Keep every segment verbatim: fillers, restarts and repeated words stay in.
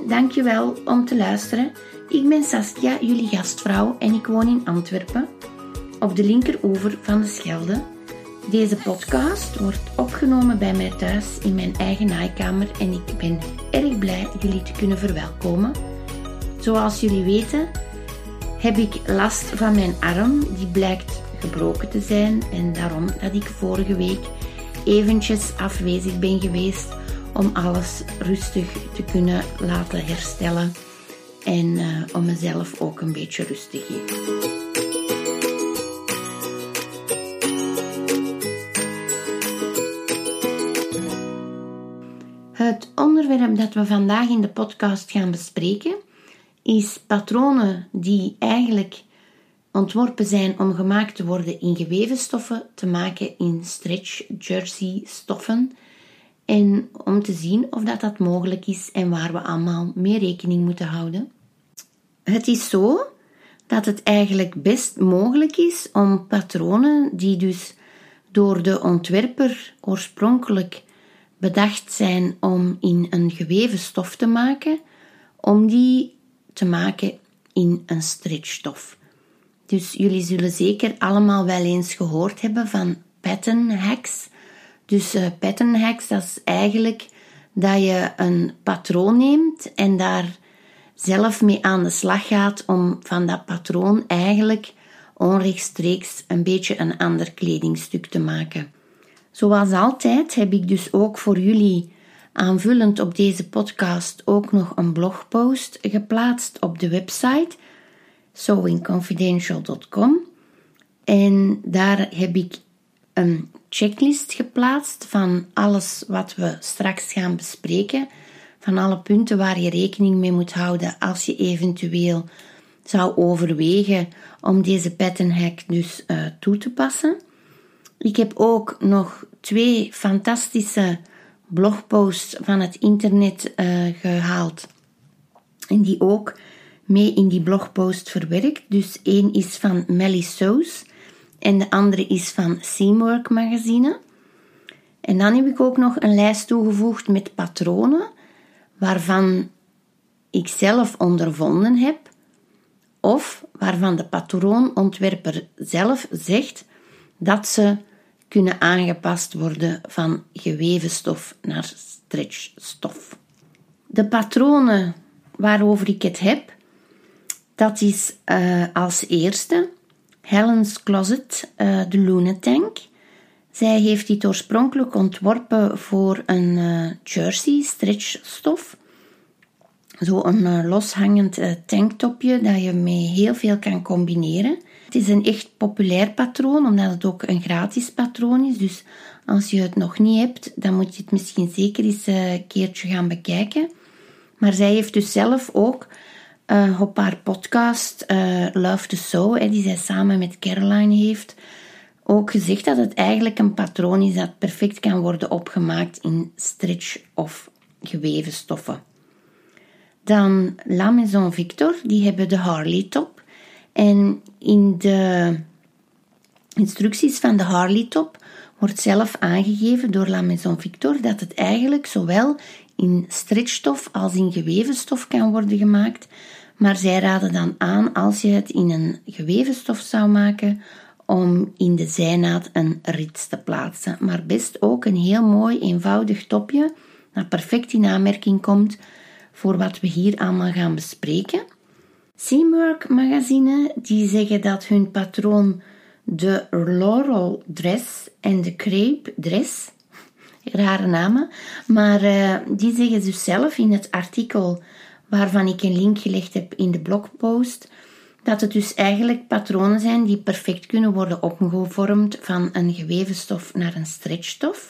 dankjewel om te luisteren. Ik ben Saskia, jullie gastvrouw en ik woon in Antwerpen, op de linkeroever van de Schelde. Deze podcast wordt opgenomen bij mij thuis in mijn eigen naaikamer en ik ben erg blij jullie te kunnen verwelkomen. Zoals jullie weten heb ik last van mijn arm, die blijkt gebroken te zijn en daarom dat ik vorige week eventjes afwezig ben geweest om alles rustig te kunnen laten herstellen en uh, om mezelf ook een beetje rust te geven. Het onderwerp dat we vandaag in de podcast gaan bespreken is patronen die eigenlijk ontworpen zijn om gemaakt te worden in geweven stoffen, te maken in stretch jersey stoffen en om te zien of dat, dat mogelijk is en waar we allemaal mee rekening moeten houden. Het is zo dat het eigenlijk best mogelijk is om patronen die dus door de ontwerper oorspronkelijk bedacht zijn om in een geweven stof te maken, om die te maken in een stretchstof. Dus jullie zullen zeker allemaal wel eens gehoord hebben van pattern hacks. Dus uh, pattern hacks, dat is eigenlijk dat je een patroon neemt en daar zelf mee aan de slag gaat om van dat patroon eigenlijk onrechtstreeks een beetje een ander kledingstuk te maken. Zoals altijd heb ik dus ook voor jullie aanvullend op deze podcast ook nog een blogpost geplaatst op de website sewing confidential dot com en daar heb ik een checklist geplaatst van alles wat we straks gaan bespreken, van alle punten waar je rekening mee moet houden als je eventueel zou overwegen om deze pattern hack dus uh, toe te passen. Ik heb ook nog twee fantastische blogposts van het internet uh, gehaald en die ook mee in die blogpost verwerkt. Dus één is van Melly Sews en de andere is van Seamwork magazine. En dan heb ik ook nog een lijst toegevoegd met patronen waarvan ik zelf ondervonden heb of waarvan de patroonontwerper zelf zegt dat ze kunnen aangepast worden van geweven stof naar stretchstof. De patronen waarover ik het heb, dat is uh, als eerste Helen's Closet, uh, de Luna Tank. Zij heeft dit oorspronkelijk ontworpen voor een uh, jersey stretchstof. Zo'n uh, loshangend uh, tanktopje dat je met heel veel kan combineren. Het is een echt populair patroon, omdat het ook een gratis patroon is. Dus als je het nog niet hebt, dan moet je het misschien zeker eens uh, een keertje gaan bekijken. Maar zij heeft dus zelf ook uh, op haar podcast uh, Love to Sew, hè, die zij samen met Caroline heeft, ook gezegd dat het eigenlijk een patroon is dat perfect kan worden opgemaakt in stretch of geweven stoffen. Dan La Maison Victor, die hebben de Harley top. En in de instructies van de Harley top wordt zelf aangegeven door La Maison Victor dat het eigenlijk zowel in stretchstof als in geweven stof kan worden gemaakt. Maar zij raden dan aan, als je het in een geweven stof zou maken, om in de zijnaad een rits te plaatsen. Maar best ook een heel mooi eenvoudig topje dat perfect in aanmerking komt voor wat we hier allemaal gaan bespreken. Seamwork magazine, die zeggen dat hun patroon de Laurel dress en de Crepe dress, rare namen, maar uh, die zeggen dus zelf in het artikel waarvan ik een link gelegd heb in de blogpost, dat het dus eigenlijk patronen zijn die perfect kunnen worden omgevormd van een geweven stof naar een stretchstof.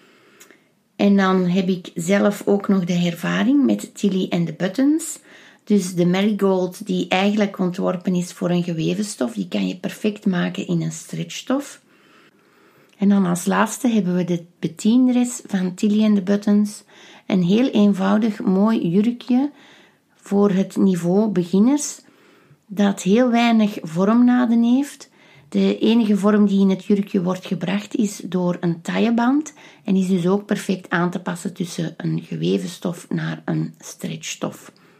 En dan heb ik zelf ook nog de ervaring met Tilly and the Buttons. Dus de Marigold, die eigenlijk ontworpen is voor een geweven stof, die kan je perfect maken in een stretchstof. En dan als laatste hebben we de Bettine dress van Tilly and the Buttons. Een heel eenvoudig, mooi jurkje voor het niveau beginners, dat heel weinig vormnaden heeft. De enige vorm die in het jurkje wordt gebracht is door een tailleband en is dus ook perfect aan te passen tussen een geweven stof naar een stretchstof.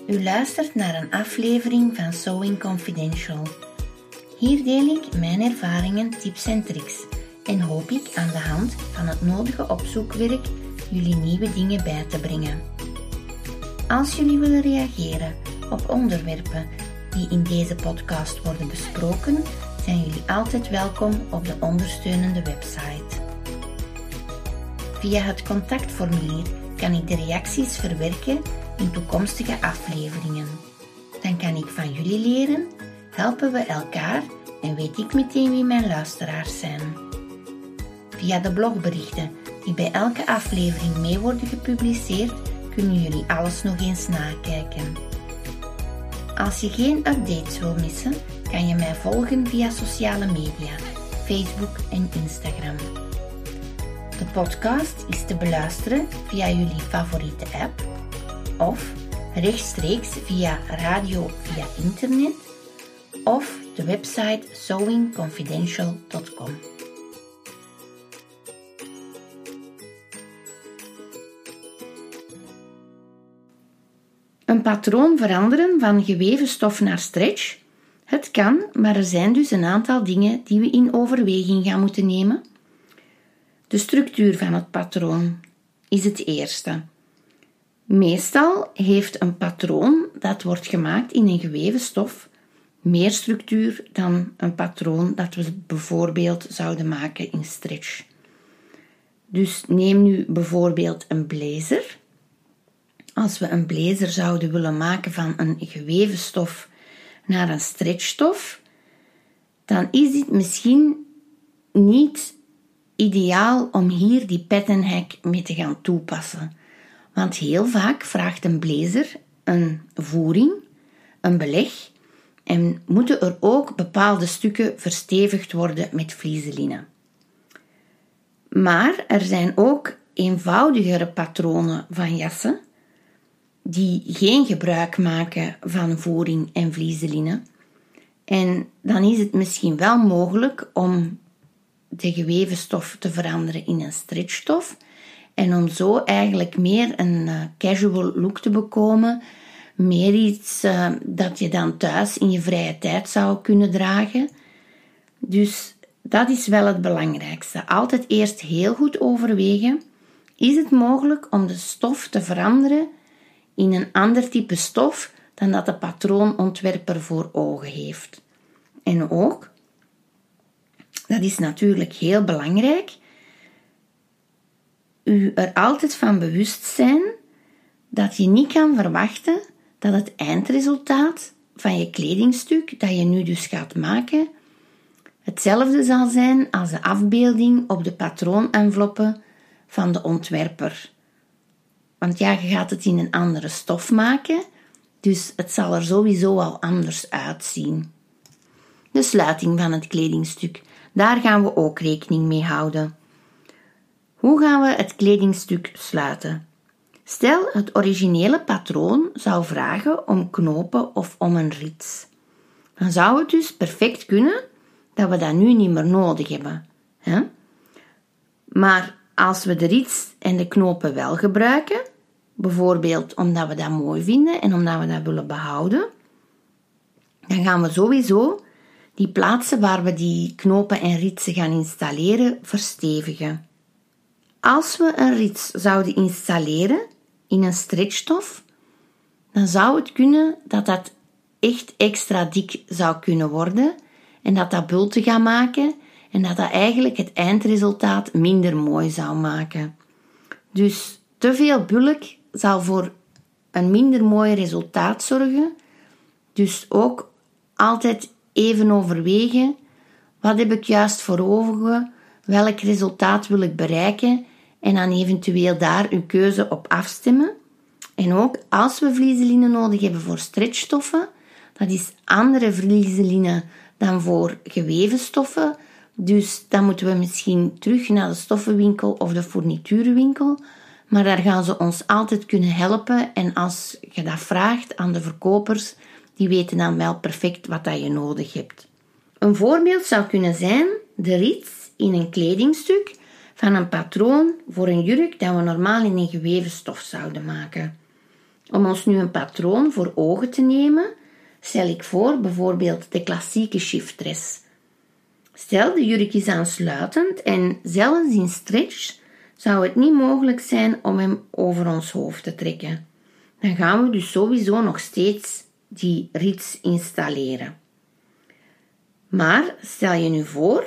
U luistert naar een aflevering van Sewing Confidential. Hier deel ik mijn ervaringen, tips en tricks en hoop ik aan de hand van het nodige opzoekwerk jullie nieuwe dingen bij te brengen. Als jullie willen reageren op onderwerpen die in deze podcast worden besproken, zijn jullie altijd welkom op de ondersteunende website. Via het contactformulier kan ik de reacties verwerken in toekomstige afleveringen. Dan kan ik van jullie leren, helpen we elkaar en weet ik meteen wie mijn luisteraars zijn. Via de blogberichten die bij elke aflevering mee worden gepubliceerd, kunnen jullie alles nog eens nakijken. Als je geen updates wil missen, kan je mij volgen via sociale media, Facebook en Instagram. De podcast is te beluisteren via jullie favoriete app of rechtstreeks via radio via internet of de website sewing confidential dot com. Een patroon veranderen van geweven stof naar stretch? Het kan, maar er zijn dus een aantal dingen die we in overweging gaan moeten nemen. De structuur van het patroon is het eerste. Meestal heeft een patroon dat wordt gemaakt in een geweven stof meer structuur dan een patroon dat we bijvoorbeeld zouden maken in stretch. Dus neem nu bijvoorbeeld een blazer. Als we een blazer zouden willen maken van een geweven stof naar een stretchstof, dan is dit misschien niet ideaal om hier die patternhack mee te gaan toepassen. Want heel vaak vraagt een blazer een voering, een beleg en moeten er ook bepaalde stukken verstevigd worden met vliezeline. Maar er zijn ook eenvoudigere patronen van jassen die geen gebruik maken van voering en vliezeline. En dan is het misschien wel mogelijk om de geweven stof te veranderen in een stretchstof en om zo eigenlijk meer een uh, casual look te bekomen, meer iets uh, dat je dan thuis in je vrije tijd zou kunnen dragen. Dus dat is wel het belangrijkste. Altijd eerst heel goed overwegen, is het mogelijk om de stof te veranderen in een ander type stof dan dat de patroonontwerper voor ogen heeft. En ook, dat is natuurlijk heel belangrijk, u er altijd van bewust zijn dat je niet kan verwachten dat het eindresultaat van je kledingstuk dat je nu dus gaat maken hetzelfde zal zijn als de afbeelding op de patroonenveloppen van de ontwerper. Want ja, je gaat het in een andere stof maken, dus het zal er sowieso al anders uitzien. De sluiting van het kledingstuk, daar gaan we ook rekening mee houden. Hoe gaan we het kledingstuk sluiten? Stel, het originele patroon zou vragen om knopen of om een rits. Dan zou het dus perfect kunnen dat we dat nu niet meer nodig hebben. Hè? Maar als we de rits en de knopen wel gebruiken, bijvoorbeeld omdat we dat mooi vinden en omdat we dat willen behouden, dan gaan we sowieso die plaatsen waar we die knopen en ritsen gaan installeren verstevigen. Als we een rits zouden installeren in een stretchstof, dan zou het kunnen dat dat echt extra dik zou kunnen worden en dat dat bulten gaat maken en dat dat eigenlijk het eindresultaat minder mooi zou maken. Dus te veel bulk zal voor een minder mooi resultaat zorgen. Dus ook altijd even overwegen, wat heb ik juist voor ogen, welk resultaat wil ik bereiken en dan eventueel daar uw keuze op afstemmen. En ook als we vliezeline nodig hebben voor stretchstoffen, dat is andere vliezeline dan voor geweven stoffen. Dus dan moeten we misschien terug naar de stoffenwinkel of de fourniturenwinkel. Maar daar gaan ze ons altijd kunnen helpen. En als je dat vraagt aan de verkopers, die weten dan wel perfect wat dat je nodig hebt. Een voorbeeld zou kunnen zijn de rits in een kledingstuk van een patroon voor een jurk dat we normaal in een geweven stof zouden maken. Om ons nu een patroon voor ogen te nemen, stel ik voor bijvoorbeeld de klassieke shiftdress. Stel, de jurk is aansluitend en zelfs in stretch zou het niet mogelijk zijn om hem over ons hoofd te trekken. Dan gaan we dus sowieso nog steeds die rits installeren. Maar stel je nu voor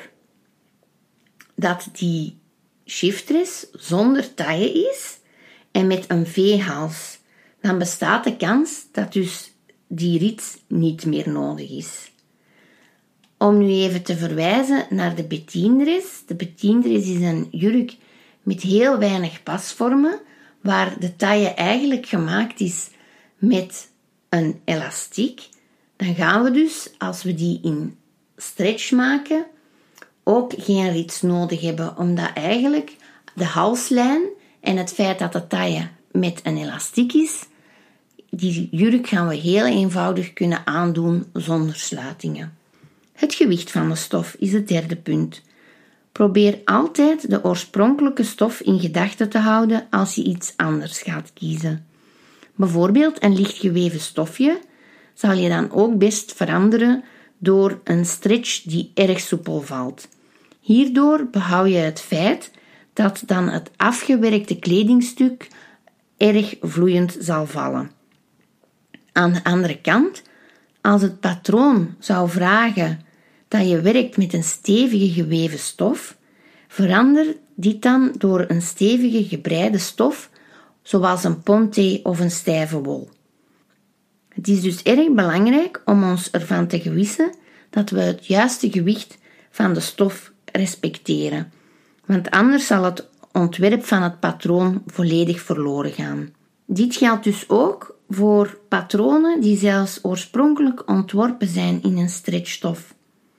dat die shiftdress zonder taille is en met een V-hals, dan bestaat de kans dat dus die rits niet meer nodig is. Om nu even te verwijzen naar de betiendress. De betiendress is een jurk met heel weinig pasvormen, waar de taille eigenlijk gemaakt is met een elastiek. Dan gaan we dus, als we die in stretch maken, ook geen rits nodig hebben, omdat eigenlijk de halslijn en het feit dat de taille met een elastiek is, die jurk gaan we heel eenvoudig kunnen aandoen zonder sluitingen. Het gewicht van de stof is het derde punt. Probeer altijd de oorspronkelijke stof in gedachten te houden als je iets anders gaat kiezen. Bijvoorbeeld een licht geweven stofje zal je dan ook best veranderen door een stretch die erg soepel valt. Hierdoor behoud je het feit dat dan het afgewerkte kledingstuk erg vloeiend zal vallen. Aan de andere kant, als het patroon zou vragen dat je werkt met een stevige geweven stof, verander dit dan door een stevige gebreide stof, zoals een ponté of een stijve wol. Het is dus erg belangrijk om ons ervan te gewissen dat we het juiste gewicht van de stof respecteren, want anders zal het ontwerp van het patroon volledig verloren gaan. Dit geldt dus ook voor patronen die zelfs oorspronkelijk ontworpen zijn in een stretchstof.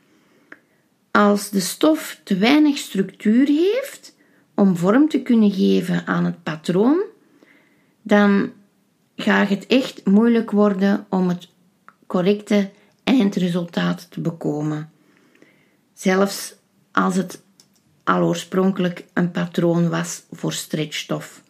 Als de stof te weinig structuur heeft om vorm te kunnen geven aan het patroon, dan gaat het echt moeilijk worden om het correcte eindresultaat te bekomen. Zelfs als het al oorspronkelijk een patroon was voor stretchstof.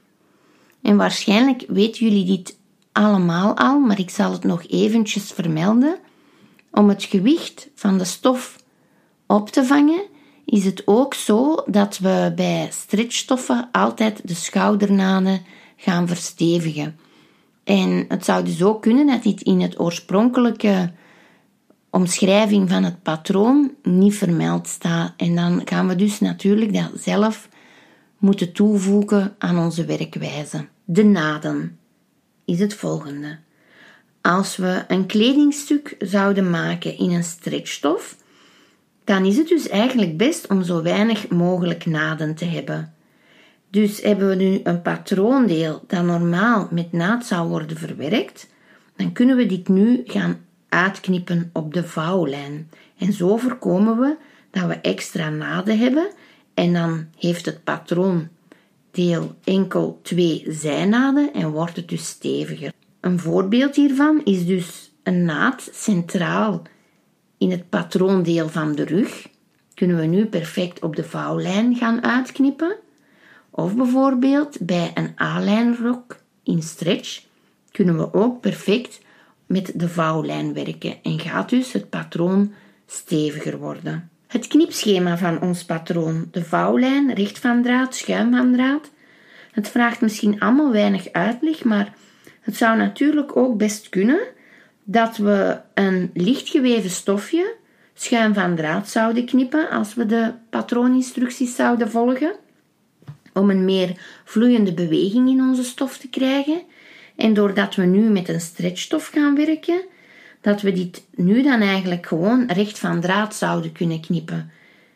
En waarschijnlijk weten jullie dit allemaal al, maar ik zal het nog eventjes vermelden. Om het gewicht van de stof op te vangen, is het ook zo dat we bij stretchstoffen altijd de schoudernaden gaan verstevigen. En het zou dus ook kunnen dat dit in het oorspronkelijke omschrijving van het patroon niet vermeld staat. En dan gaan we dus natuurlijk dat zelf moeten toevoegen aan onze werkwijze. De naden is het volgende. Als we een kledingstuk zouden maken in een stretchstof, dan is het dus eigenlijk best om zo weinig mogelijk naden te hebben. Dus hebben we nu een patroondeel dat normaal met naad zou worden verwerkt, dan kunnen we dit nu gaan uitknippen op de vouwlijn. En zo voorkomen we dat we extra naden hebben en dan heeft het patroondeel enkel twee zijnaden en wordt het dus steviger. Een voorbeeld hiervan is dus een naad centraal in het patroondeel van de rug. Kunnen we nu perfect op de vouwlijn gaan uitknippen. Of bijvoorbeeld bij een A-lijnrok in stretch kunnen we ook perfect met de vouwlijn werken en gaat dus het patroon steviger worden. Het knipschema van ons patroon, de vouwlijn, recht van draad, schuin van draad. Het vraagt misschien allemaal weinig uitleg, maar het zou natuurlijk ook best kunnen dat we een lichtgeweven stofje schuin van draad zouden knippen als we de patrooninstructies zouden volgen, om een meer vloeiende beweging in onze stof te krijgen. En doordat we nu met een stretchstof gaan werken, dat we dit nu dan eigenlijk gewoon recht van draad zouden kunnen knippen.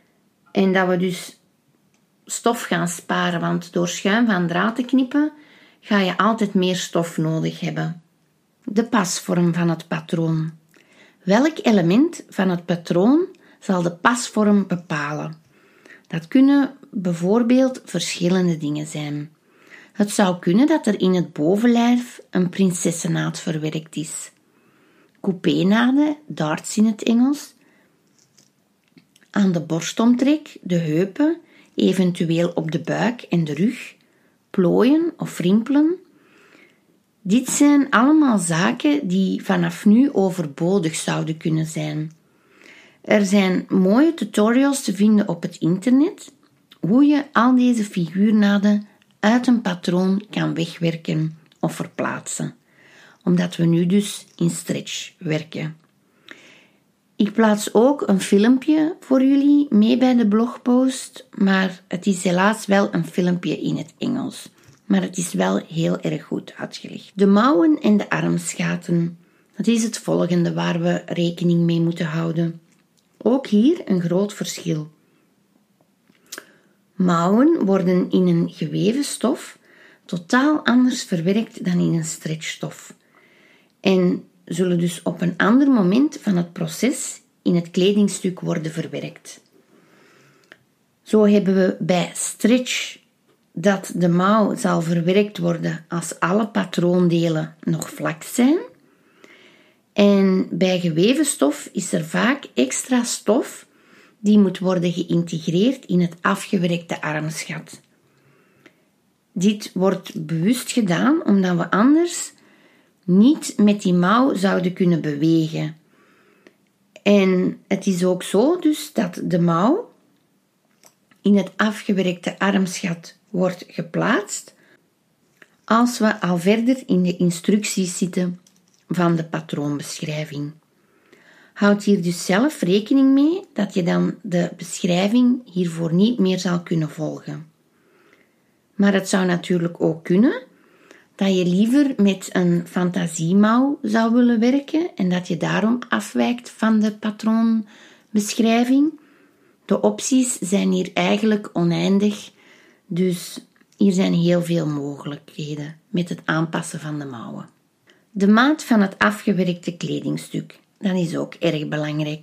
En dat we dus stof gaan sparen, want door schuin van draad te knippen, ga je altijd meer stof nodig hebben. De pasvorm van het patroon. Welk element van het patroon zal de pasvorm bepalen? Dat kunnen bijvoorbeeld verschillende dingen zijn. Het zou kunnen dat er in het bovenlijf een prinsessennaad verwerkt is. Coupénaden, darts in het Engels. Aan de borstomtrek, de heupen, eventueel op de buik en de rug. Plooien of rimpelen. Dit zijn allemaal zaken die vanaf nu overbodig zouden kunnen zijn. Er zijn mooie tutorials te vinden op het internet hoe je al deze figuurnaden uit een patroon kan wegwerken of verplaatsen, omdat we nu dus in stretch werken. Ik plaats ook een filmpje voor jullie mee bij de blogpost, maar het is helaas wel een filmpje in het Engels. Maar het is wel heel erg goed uitgelegd. De mouwen en de armsgaten. Dat is het volgende waar we rekening mee moeten houden. Ook hier een groot verschil. Mouwen worden in een geweven stof totaal anders verwerkt dan in een stretchstof. En zullen dus op een ander moment van het proces in het kledingstuk worden verwerkt. Zo hebben we bij stretch dat de mouw zal verwerkt worden als alle patroondelen nog vlak zijn. En bij geweven stof is er vaak extra stof die moet worden geïntegreerd in het afgewerkte armsgat. Dit wordt bewust gedaan omdat we anders niet met die mouw zouden kunnen bewegen. En het is ook zo dus dat de mouw in het afgewerkte armsgat wordt geplaatst als we al verder in de instructies zitten van de patroonbeschrijving. Houd hier dus zelf rekening mee dat je dan de beschrijving hiervoor niet meer zal kunnen volgen. Maar het zou natuurlijk ook kunnen dat je liever met een fantasiemouw zou willen werken en dat je daarom afwijkt van de patroonbeschrijving. De opties zijn hier eigenlijk oneindig, dus hier zijn heel veel mogelijkheden met het aanpassen van de mouwen. De maat van het afgewerkte kledingstuk, dat is ook erg belangrijk.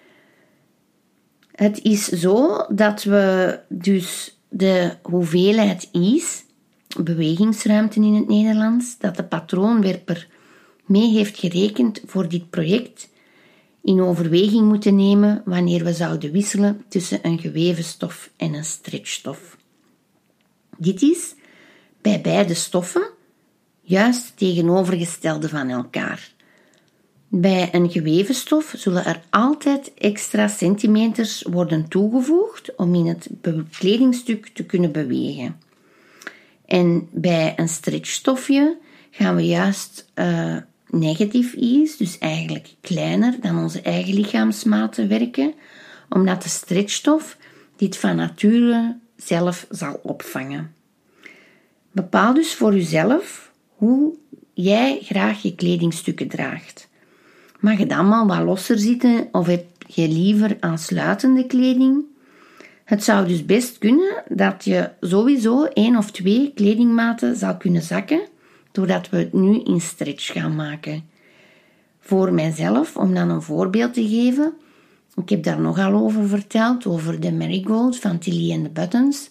Het is zo dat we dus de hoeveelheid is, bewegingsruimte in het Nederlands, dat de patroonwerper mee heeft gerekend voor dit project, in overweging moeten nemen wanneer we zouden wisselen tussen een geweven stof en een stretchstof. Dit is bij beide stoffen juist het tegenovergestelde van elkaar. Bij een geweven stof zullen er altijd extra centimeters worden toegevoegd om in het kledingstuk te kunnen bewegen. En bij een stretchstofje gaan we juist uh, negatief is, dus eigenlijk kleiner dan onze eigen lichaamsmaten werken, omdat de stretchstof dit van nature zelf zal opvangen. Bepaal dus voor jezelf hoe jij graag je kledingstukken draagt. Mag het allemaal wat losser zitten of heb je liever aansluitende kleding? Het zou dus best kunnen dat je sowieso één of twee kledingmaten zal kunnen zakken, doordat we het nu in stretch gaan maken. Voor mijzelf, om dan een voorbeeld te geven, ik heb daar nogal over verteld, over de Marigold van Tilly and the Buttons.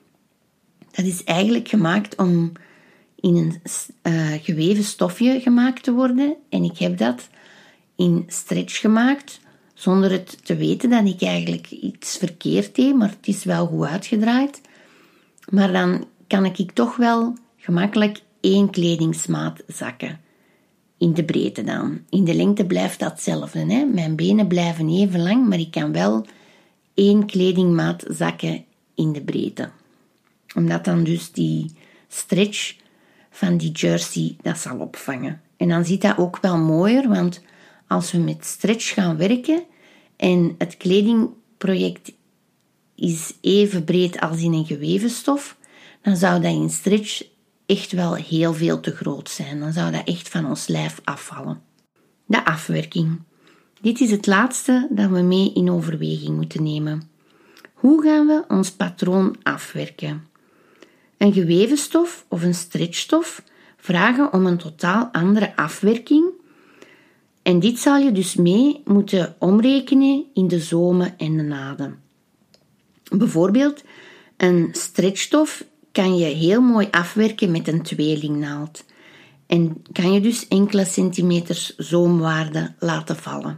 Dat is eigenlijk gemaakt om in een uh, geweven stofje gemaakt te worden. En ik heb dat in stretch gemaakt, zonder het te weten dat ik eigenlijk iets verkeerd deed, maar het is wel goed uitgedraaid. Maar dan kan ik toch wel gemakkelijk één kledingsmaat zakken. In de breedte dan. In de lengte blijft dat hetzelfde. Hè? Mijn benen blijven even lang, maar ik kan wel één kledingmaat zakken in de breedte. Omdat dan dus die stretch van die jersey dat zal opvangen. En dan ziet dat ook wel mooier, want als we met stretch gaan werken en het kledingproject is even breed als in een geweven stof, dan zou dat in stretch echt wel heel veel te groot zijn. Dan zou dat echt van ons lijf afvallen. De afwerking. Dit is het laatste dat we mee in overweging moeten nemen. Hoe gaan we ons patroon afwerken? Een geweven stof of een stretchstof vragen om een totaal andere afwerking. En dit zal je dus mee moeten omrekenen in de zomen en de naden. Bijvoorbeeld, een stretchstof kan je heel mooi afwerken met een tweelingnaald. En kan je dus enkele centimeters zoomwaarde laten vallen.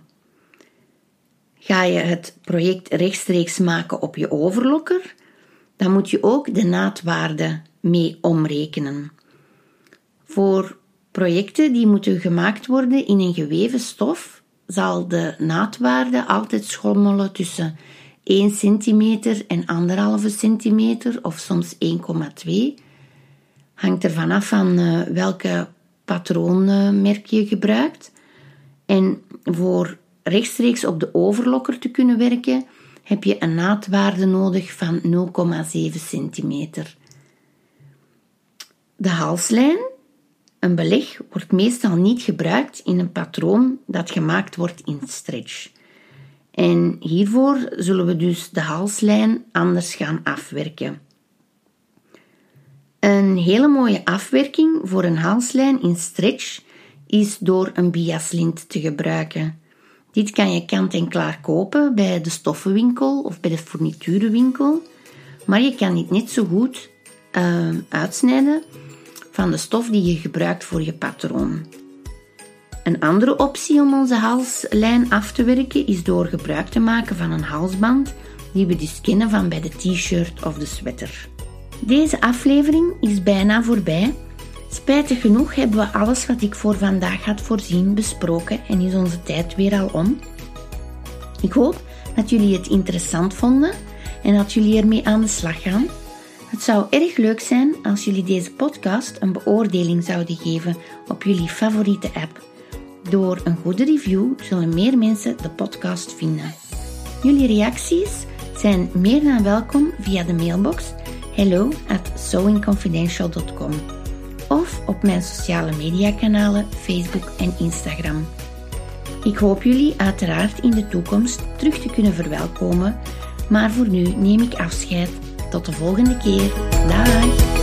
Ga je het project rechtstreeks maken op je overlokker, dan moet je ook de naadwaarde mee omrekenen. Voor projecten die moeten gemaakt worden in een geweven stof, zal de naadwaarde altijd schommelen tussen één centimeter en anderhalve centimeter of soms één komma twee. Hangt ervan af van uh, welke patroonmerk je gebruikt. En voor rechtstreeks op de overlokker te kunnen werken, heb je een naadwaarde nodig van nul komma zeven centimeter. De halslijn, een beleg, wordt meestal niet gebruikt in een patroon dat gemaakt wordt in stretch. En hiervoor zullen we dus de halslijn anders gaan afwerken. Een hele mooie afwerking voor een halslijn in stretch is door een biaslint te gebruiken. Dit kan je kant-en-klaar kopen bij de stoffenwinkel of bij de fourniturenwinkel, maar je kan dit net zo goed uh, uitsnijden van de stof die je gebruikt voor je patroon. Een andere optie om onze halslijn af te werken is door gebruik te maken van een halsband die we dus kennen van bij de t-shirt of de sweater. Deze aflevering is bijna voorbij. Spijtig genoeg hebben we alles wat ik voor vandaag had voorzien besproken en is onze tijd weer al om. Ik hoop dat jullie het interessant vonden en dat jullie ermee aan de slag gaan. Het zou erg leuk zijn als jullie deze podcast een beoordeling zouden geven op jullie favoriete app. Door een goede review zullen meer mensen de podcast vinden. Jullie reacties zijn meer dan welkom via de mailbox hello at sewing confidential dot com of op mijn sociale mediakanalen Facebook en Instagram. Ik hoop jullie uiteraard in de toekomst terug te kunnen verwelkomen, maar voor nu neem ik afscheid. Tot de volgende keer. Dag!